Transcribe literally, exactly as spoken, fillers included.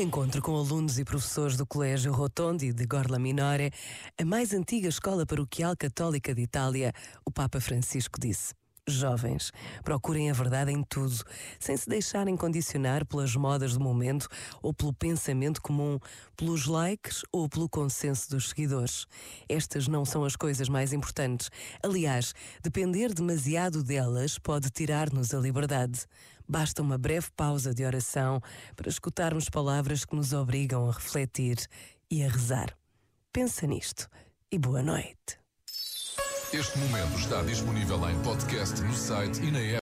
encontro com alunos e professores do Colégio Rotondi de Gorla Minore, a mais antiga escola paroquial católica de Itália, o Papa Francisco disse: jovens, procurem a verdade em tudo, sem se deixarem condicionar pelas modas do momento ou pelo pensamento comum, pelos likes ou pelo consenso dos seguidores. Estas não são as coisas mais importantes. Aliás, depender demasiado delas pode tirar-nos a liberdade. Basta uma breve pausa de oração para escutarmos palavras que nos obrigam a refletir e a rezar. Pensa nisto e boa noite. Este momento está disponível em podcast no site e na app.